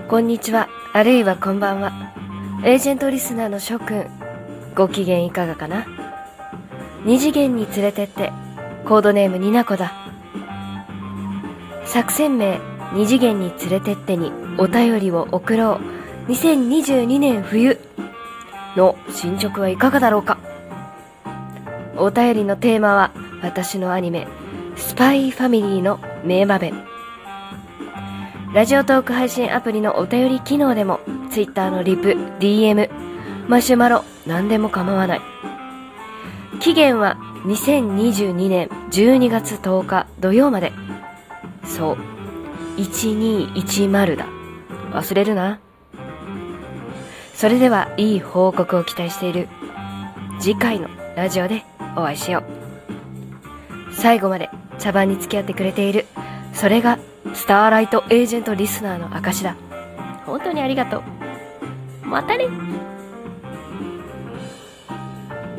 こんにちは、あるいはこんばんは。エージェントリスナーの諸君、ご機嫌いかがかな。二次元に連れてって、コードネームになこだ。作戦名、二次元に連れてってにお便りを送ろう。2022年冬の進捗はいかがだろうか。お便りのテーマは、私のアニメ、スパイファミリーの名場面。ラジオトーク配信アプリのお便り機能でも、ツイッターのリプ、DM、マシュマロ、何でも構わない。期限は2022年12月10日土曜まで。そう、1210だ。忘れるな。それでは、いい報告を期待している。次回のラジオでお会いしよう。最後まで茶番に付き合ってくれている。それがスターライトエージェントリスナーの証だ。本当にありがとう。またね。